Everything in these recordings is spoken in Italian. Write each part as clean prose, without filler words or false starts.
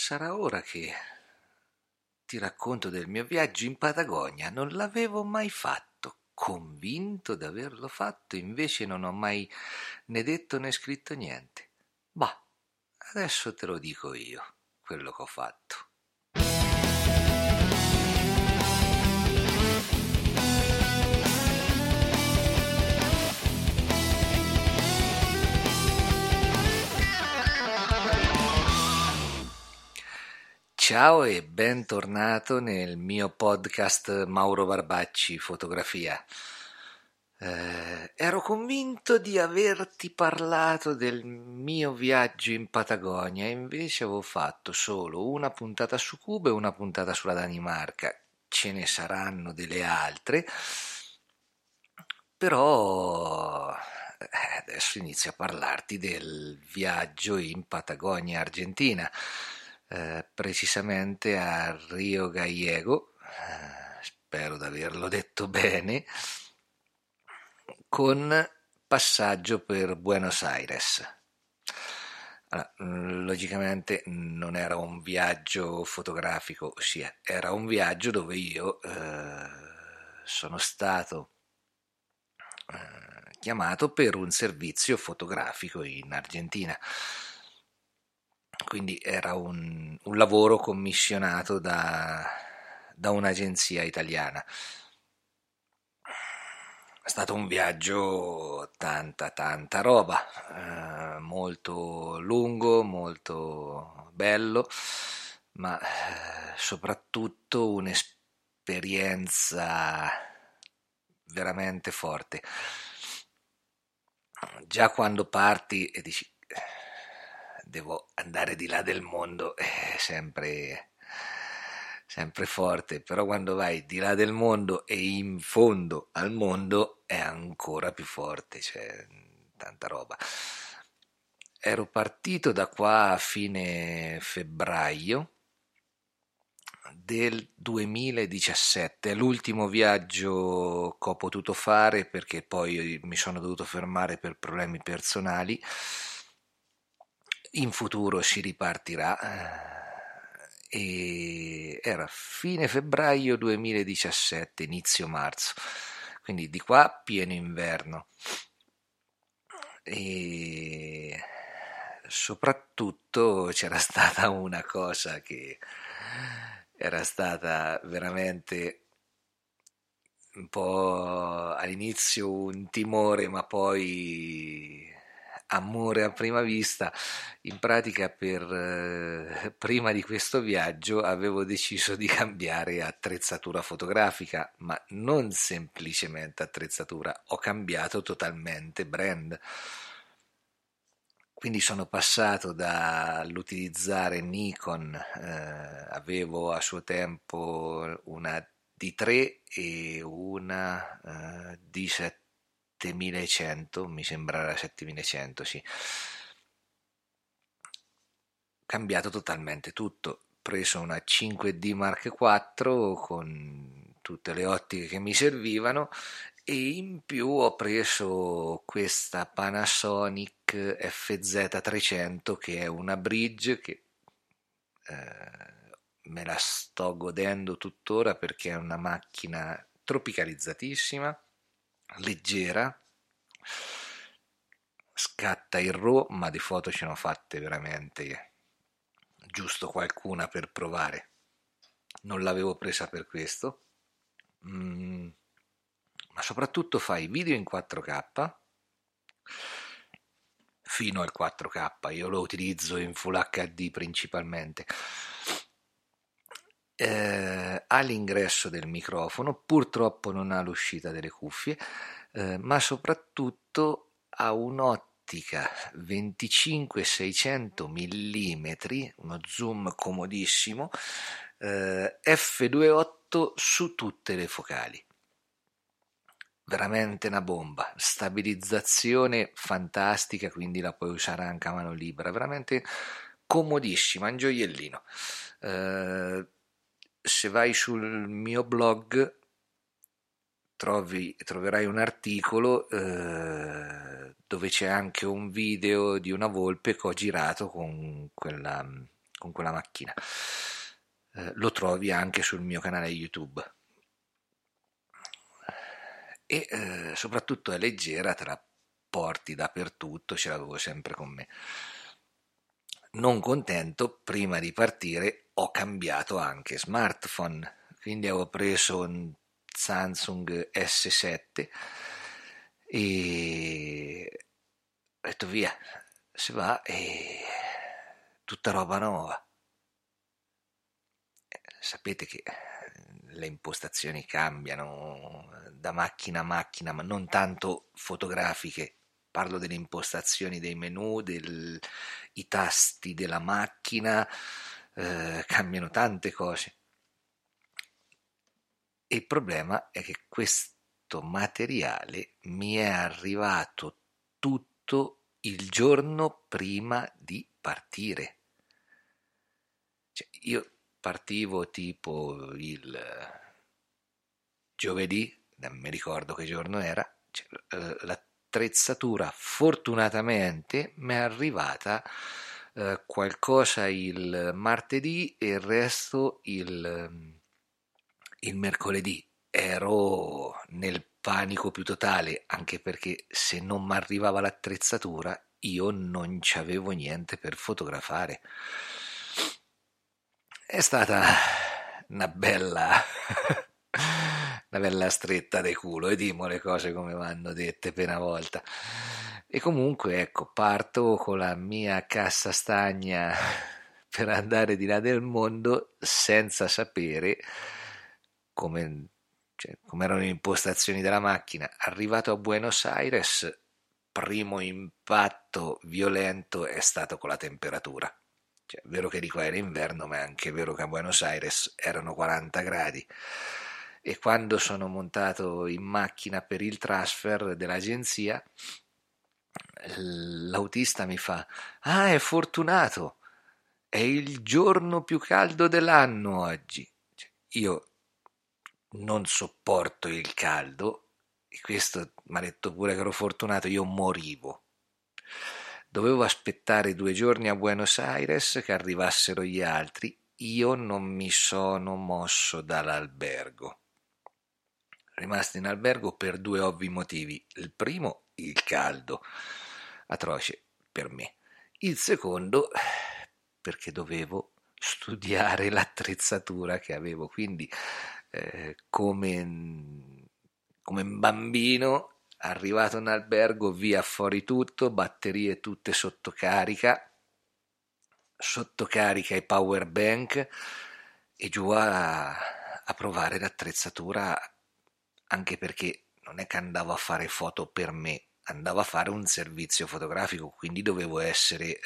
sarà ora che ti racconto del mio viaggio in Patagonia. Non l'avevo mai fatto, convinto di averlo fatto, invece non ho mai né detto né scritto niente. Bah, adesso te lo dico io, quello che ho fatto. Ciao e bentornato nel mio podcast Mauro Barbacci Fotografia. Ero convinto di averti parlato del mio viaggio in Patagonia, invece avevo fatto solo una puntata su Cuba e una puntata sulla Danimarca. Ce ne saranno delle altre, però adesso inizio a parlarti del viaggio in Patagonia, Argentina. Precisamente a Rio Gallego, spero di averlo detto bene, con passaggio per Buenos Aires. Allora, logicamente non era un viaggio fotografico, ossia era un viaggio dove io sono stato chiamato per un servizio fotografico in Argentina. Quindi era un lavoro commissionato da un'agenzia italiana. È stato un viaggio tanta roba, molto lungo, molto bello, ma soprattutto un'esperienza veramente forte. Già quando parti e dici devo andare di là del mondo è sempre forte, però quando vai di là del mondo e in fondo al mondo è ancora più forte, cioè tanta roba. Ero partito da qua a fine febbraio del 2017, è l'ultimo viaggio che ho potuto fare perché poi mi sono dovuto fermare per problemi personali. In futuro si ripartirà e era fine febbraio 2017, inizio marzo, quindi di qua pieno inverno e soprattutto c'era stata una cosa che era stata veramente un po' all'inizio un timore, ma poi amore a prima vista. In pratica prima di questo viaggio avevo deciso di cambiare attrezzatura fotografica, ma non semplicemente attrezzatura, ho cambiato totalmente brand. Quindi sono passato dall'utilizzare Nikon, avevo a suo tempo una D3 e una D7100, mi sembra la 7100, sì. Cambiato totalmente tutto, preso una 5D Mark IV con tutte le ottiche che mi servivano e in più ho preso questa Panasonic FZ300 che è una bridge che me la sto godendo tuttora perché è una macchina tropicalizzatissima, leggera, scatta in RAW, ma di foto ce ne ho fatte veramente giusto qualcuna per provare. Non l'avevo presa per questo, ma soprattutto fai video in 4K fino al 4K, io lo utilizzo in Full HD principalmente. Ha l'ingresso del microfono, purtroppo non ha l'uscita delle cuffie, ma soprattutto ha un'ottica 25-600 mm, uno zoom comodissimo, f2.8 su tutte le focali. Veramente una bomba, stabilizzazione fantastica, quindi la puoi usare anche a mano libera, veramente comodissima, un gioiellino. Se vai sul mio blog troverai un articolo dove c'è anche un video di una volpe che ho girato con con quella macchina. Lo trovi anche sul mio canale YouTube. E soprattutto è leggera, te la porti dappertutto, ce l'avevo sempre con me. Non contento, prima di partire ho cambiato anche smartphone, quindi avevo preso un Samsung S7 e ho detto via, si va e tutta roba nuova. Sapete che le impostazioni cambiano da macchina a macchina, ma non tanto fotografiche. Parlo delle impostazioni dei menu, i tasti della macchina, cambiano tante cose. E il problema è che questo materiale mi è arrivato tutto il giorno prima di partire. Cioè, io partivo tipo il giovedì, non mi ricordo che giorno era, cioè, l'attrezzatura fortunatamente mi è arrivata qualcosa il martedì e il resto il mercoledì. Ero nel panico più totale, anche perché se non mi arrivava l'attrezzatura io non c'avevo niente per fotografare. È stata una bella una bella stretta de culo, e dimo le cose come vanno dette per una volta. E comunque ecco, parto con la mia cassa stagna per andare di là del mondo senza sapere come, cioè, come erano le impostazioni della macchina. Arrivato a Buenos Aires, primo impatto violento è stato con la temperatura. Cioè, è vero che di qua era inverno, ma è anche vero che a Buenos Aires erano 40 gradi. E quando sono montato in macchina per il transfer dell'agenzia, l'autista mi fa: Ah, è fortunato, è il giorno più caldo dell'anno oggi. Cioè, io non sopporto il caldo, e questo mi ha detto pure che ero fortunato, io morivo. Dovevo aspettare 2 giorni a Buenos Aires che arrivassero gli altri. Io non mi sono mosso dall'albergo. Rimasto in albergo per due ovvi motivi. Il primo, il caldo, atroce per me. Il secondo, perché dovevo studiare l'attrezzatura che avevo. Quindi, come un bambino arrivato in albergo, via fuori tutto, batterie tutte sotto carica e power bank, e giù a provare l'attrezzatura, anche perché non è che andavo a fare foto per me, andavo a fare un servizio fotografico, quindi dovevo essere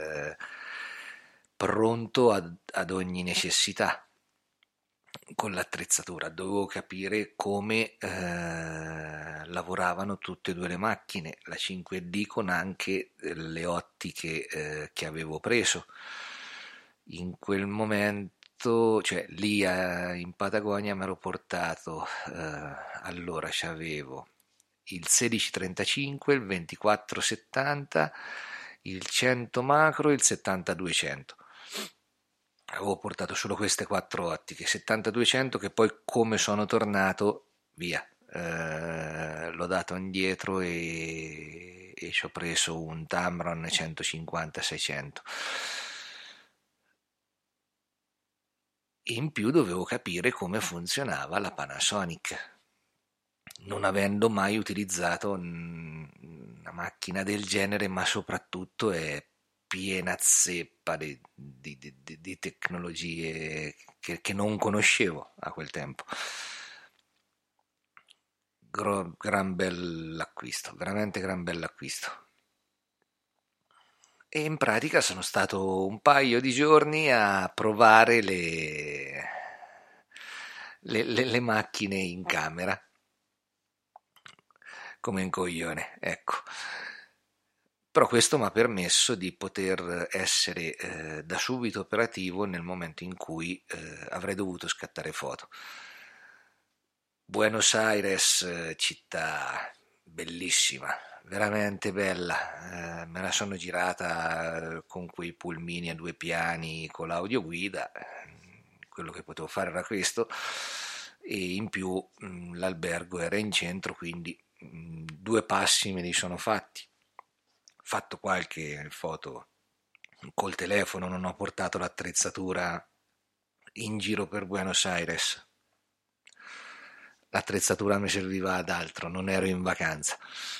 pronto ad ogni necessità. Con l'attrezzatura dovevo capire come lavoravano tutte e due le macchine, la 5D con anche le ottiche che avevo preso in quel momento. Cioè lì in Patagonia mi ero portato, allora c'avevo il 16-35, il 24-70, il 100 macro e il 70-200. Avevo portato solo queste quattro ottiche, 70-200, che poi come sono tornato, via, l'ho dato indietro e ci ho preso un Tamron 150-600. In più dovevo capire come funzionava la Panasonic, non avendo mai utilizzato una macchina del genere, ma soprattutto è piena zeppa di tecnologie che non conoscevo a quel tempo. Gran bell'acquisto, veramente gran bell'acquisto. E in pratica sono stato un paio di giorni a provare le macchine in camera, come un coglione, ecco. Però questo mi ha permesso di poter essere da subito operativo nel momento in cui avrei dovuto scattare foto. Buenos Aires, città bellissima, veramente bella. Me la sono girata con quei pulmini a 2 piani con l'audioguida, quello che potevo fare era questo, e in più l'albergo era in centro, quindi 2 passi me li sono fatti. Fatto qualche foto col telefono, non ho portato l'attrezzatura in giro per Buenos Aires. L'attrezzatura mi serviva ad altro, non ero in vacanza.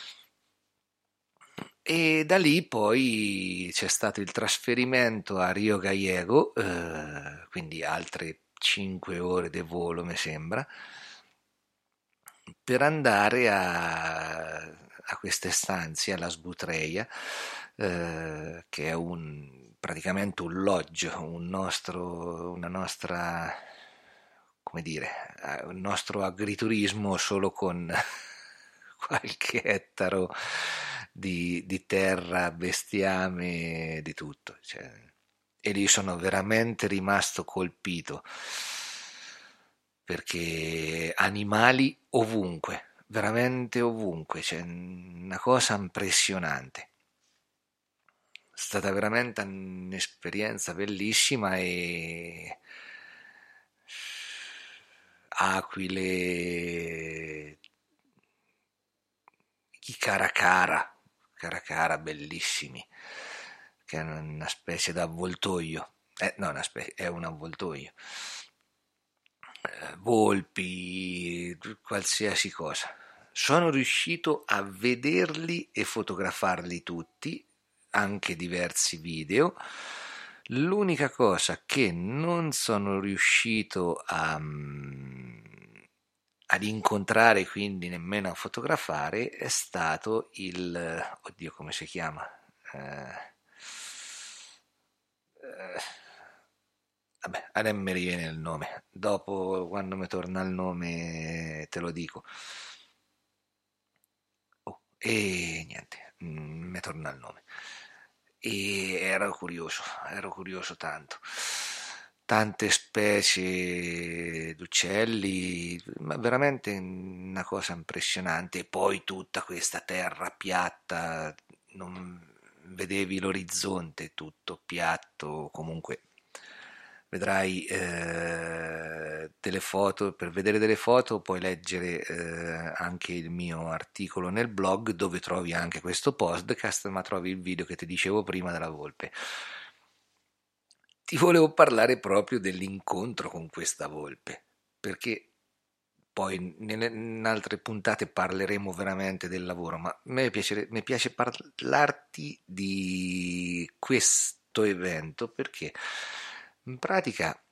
E da lì poi c'è stato il trasferimento a Rio Gallego, quindi altre 5 ore di volo, mi sembra, per andare a queste stanze, alla Sbutreia, che è praticamente un lodge, una nostra, come dire, un nostro agriturismo solo con qualche ettaro di terra, bestiame, di tutto. Cioè, e lì sono veramente rimasto colpito perché animali ovunque, veramente ovunque, c'è una cosa impressionante. È stata veramente un'esperienza bellissima e aquile, i caracara bellissimi, che è una specie d'avvoltoio, no, è un avvoltoio, volpi, qualsiasi cosa. Sono riuscito a vederli e fotografarli tutti, anche diversi video. L'unica cosa che non sono riuscito ad incontrare, quindi nemmeno a fotografare, è stato oddio, come si chiama? Vabbè, adesso mi riviene il nome. Dopo, quando mi torna il nome, te lo dico. Oh, e niente, mi torna il nome. E ero curioso tanto. Tante specie d'uccelli, ma veramente una cosa impressionante. E poi tutta questa terra piatta, non vedevi l'orizzonte, tutto piatto, comunque vedrai delle foto, per vedere delle foto puoi leggere anche il mio articolo nel blog dove trovi anche questo podcast, ma trovi il video che ti dicevo prima della volpe. Ti volevo parlare proprio dell'incontro con questa volpe, perché poi in altre puntate parleremo veramente del lavoro, ma a me mi piace parlarti di questo evento perché in pratica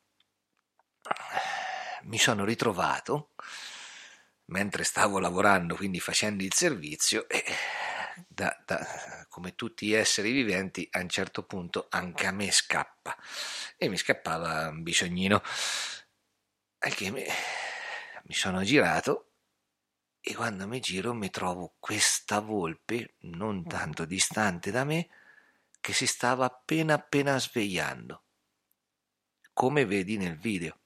mi sono ritrovato mentre stavo lavorando, quindi facendo il servizio, e come tutti gli esseri viventi a un certo punto anche a me scappa, e mi scappava un bisognino, al che mi sono girato, e quando mi giro mi trovo questa volpe non tanto distante da me, che si stava appena svegliando, come vedi nel video.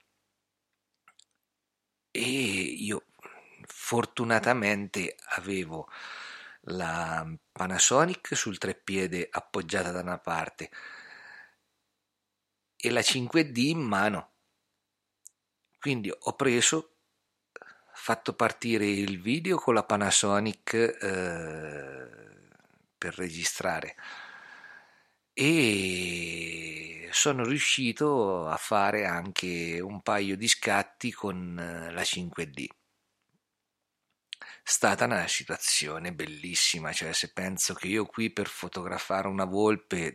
E io fortunatamente avevo la Panasonic sul treppiede appoggiata da una parte e la 5D in mano, quindi ho fatto partire il video con la Panasonic per registrare, e sono riuscito a fare anche un paio di scatti con la 5D. Stata una situazione bellissima, cioè se penso che io qui per fotografare una volpe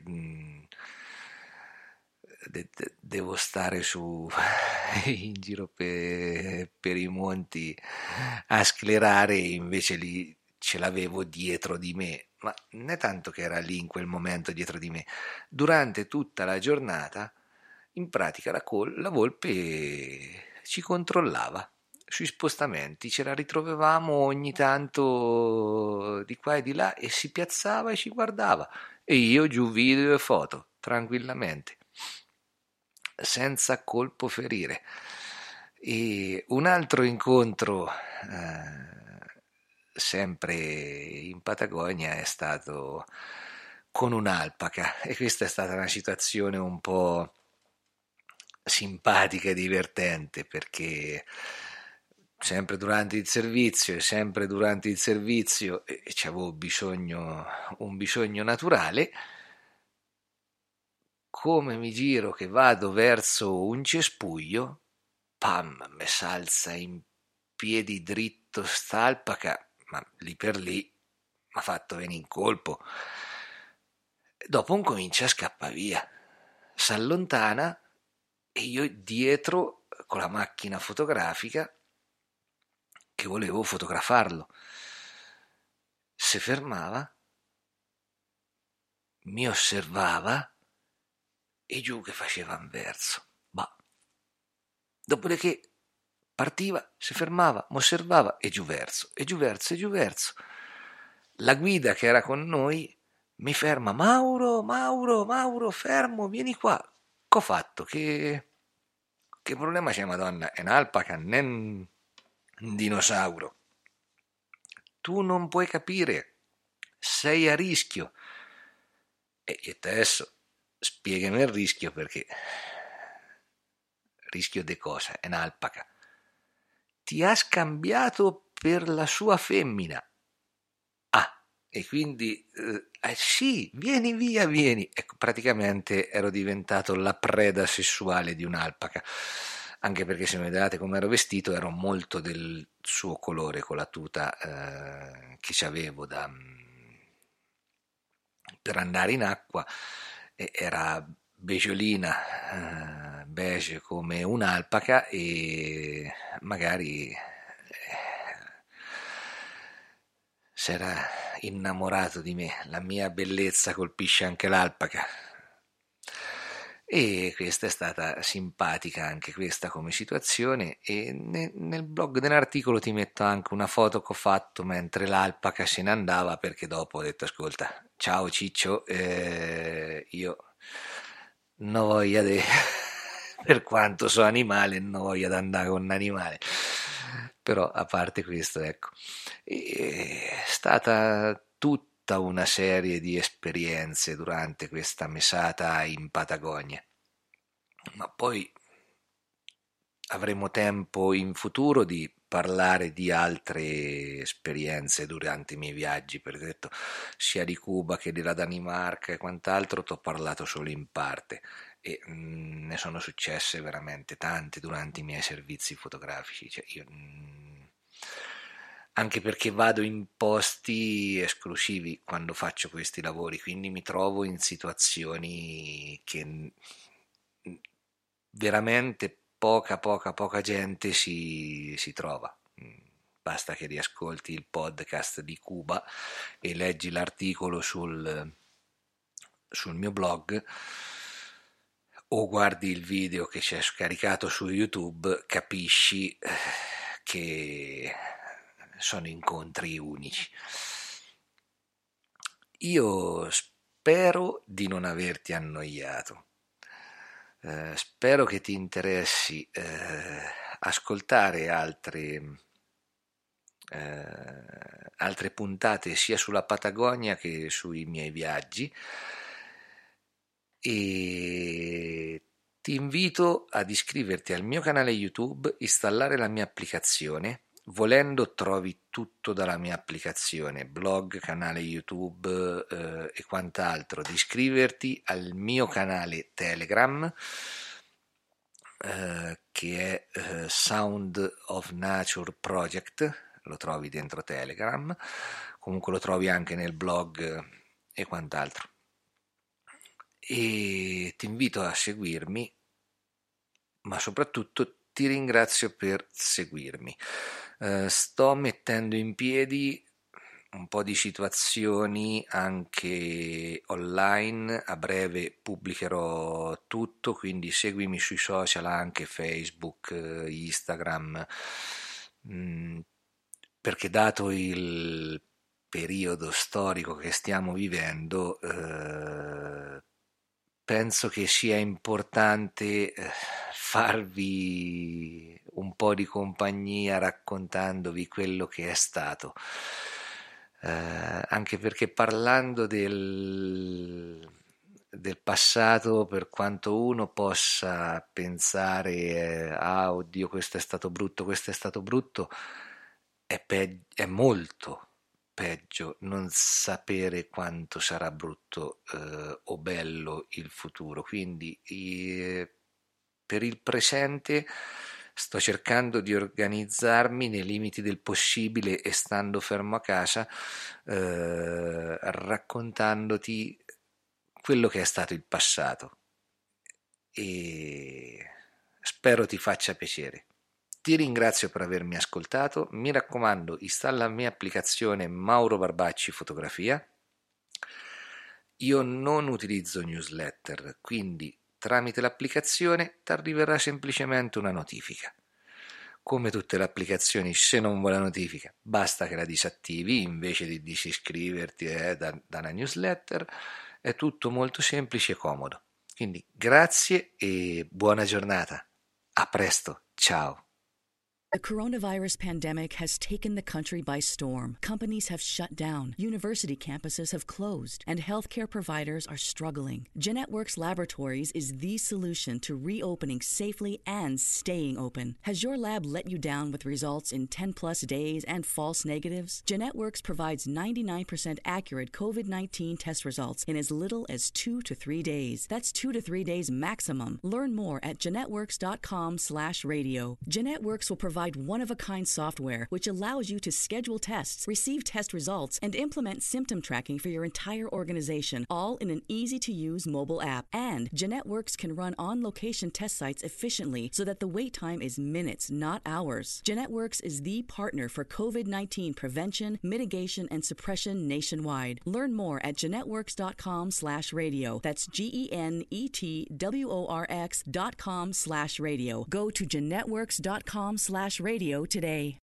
devo stare in giro per i monti a sclerare, invece lì ce l'avevo dietro di me, ma non è tanto che era lì in quel momento dietro di me, durante tutta la giornata in pratica la volpe ci controllava sui spostamenti, ce la ritrovavamo ogni tanto di qua e di là e si piazzava e ci guardava, e io giù video e foto tranquillamente senza colpo ferire. E un altro incontro sempre in Patagonia è stato con un'alpaca, e questa è stata una situazione un po' simpatica e divertente, perché sempre durante il servizio c'avevo un bisogno naturale. Come mi giro che vado verso un cespuglio, pam, me s'alza in piedi dritto st'alpaca, ma lì per lì mi ha fatto venire in colpo. Dopo comincia a scappare via, s'allontana e io dietro con la macchina fotografica che volevo fotografarlo. Si fermava, mi osservava e giù che faceva un verso. Bah. Dopodiché partiva, si fermava, mi osservava e giù verso, e giù verso, e giù verso. La guida che era con noi mi ferma: Mauro, Mauro, Mauro, fermo, vieni qua. C'ho fatto? Che problema c'è, Madonna? È un'alpaca, non è un dinosauro. Tu non puoi capire, sei a rischio. E io adesso spiegami il rischio, perché rischio di cosa? È un'alpaca. Ti ha scambiato per la sua femmina. Ah, e quindi sì, vieni via, vieni. Ecco, praticamente ero diventato la preda sessuale di un'alpaca, anche perché se mi vedevate come ero vestito ero molto del suo colore, con la tuta che avevo per andare in acqua, e era beige come un'alpaca, e magari si era innamorato di me. La mia bellezza colpisce anche l'alpaca. E questa è stata simpatica anche questa come situazione, e nel blog dell'articolo ti metto anche una foto che ho fatto mentre l'alpaca se ne andava, perché dopo ho detto: ascolta, ciao Ciccio, io non voglio di per quanto so animale, non voglio di andare con un animale. Però a parte questo, ecco, è stata tutta una serie di esperienze durante questa mesata in Patagonia, ma poi avremo tempo in futuro di parlare di altre esperienze durante i miei viaggi, perché ho detto sia di Cuba che della Danimarca e quant'altro ti ho parlato solo in parte, e ne sono successe veramente tante durante i miei servizi fotografici. Cioè io, anche perché vado in posti esclusivi quando faccio questi lavori, quindi mi trovo in situazioni che veramente poca gente si trova. Basta che riascolti il podcast di Cuba e leggi l'articolo sul mio blog, o guardi il video che c'è scaricato su YouTube, capisci che sono incontri unici. Io spero di non averti annoiato. Spero che ti interessi ascoltare altre puntate sia sulla Patagonia che sui miei viaggi, e ti invito ad iscriverti al mio canale YouTube, installare la mia applicazione. Volendo trovi tutto dalla mia applicazione, blog, canale YouTube e quant'altro. Di iscriverti al mio canale Telegram, che è Sound of Nature Project, lo trovi dentro Telegram, comunque lo trovi anche nel blog e quant'altro. E ti invito a seguirmi, ma soprattutto ti ringrazio per seguirmi. Sto mettendo in piedi un po' di situazioni anche online, a breve pubblicherò tutto, quindi seguimi sui social, anche Facebook, Instagram, perché dato il periodo storico che stiamo vivendo, penso che sia importante farvi un po' di compagnia raccontandovi quello che è stato. Anche perché parlando del passato, per quanto uno possa pensare, ah, oddio, questo è stato brutto, è molto peggio non sapere quanto sarà brutto o bello il futuro. Quindi per il presente sto cercando di organizzarmi nei limiti del possibile e stando fermo a casa, raccontandoti quello che è stato il passato, e spero ti faccia piacere. Ti ringrazio per avermi ascoltato, mi raccomando, installa la mia applicazione Mauro Barbacci Fotografia. Io non utilizzo newsletter, quindi tramite l'applicazione ti arriverà semplicemente una notifica. Come tutte le applicazioni, se non vuoi la notifica, basta che la disattivi invece di disiscriverti da una newsletter. È tutto molto semplice e comodo. Quindi grazie e buona giornata. A presto, ciao. The coronavirus pandemic has taken the country by storm. Companies have shut down, university campuses have closed, and healthcare providers are struggling. GenetWorks Laboratories is the solution to reopening safely and staying open. Has your lab let you down with results in 10 plus days and false negatives? GenetWorks provides 99% accurate COVID-19 test results in as little as 2 to 3 days. That's 2 to 3 days maximum. Learn more at genetworks.com/radio. GenetWorks will provide one-of-a-kind software which allows you to schedule tests, receive test results, and implement symptom tracking for your entire organization, all in an easy-to-use mobile app. And GenetWorks can run on-location test sites efficiently so that the wait time is minutes, not hours. GenetWorks is the partner for COVID-19 prevention, mitigation, and suppression nationwide. Learn more at genetworks.com/radio. That's GENETWORX.com/radio. Go to genetworks.com/radio today.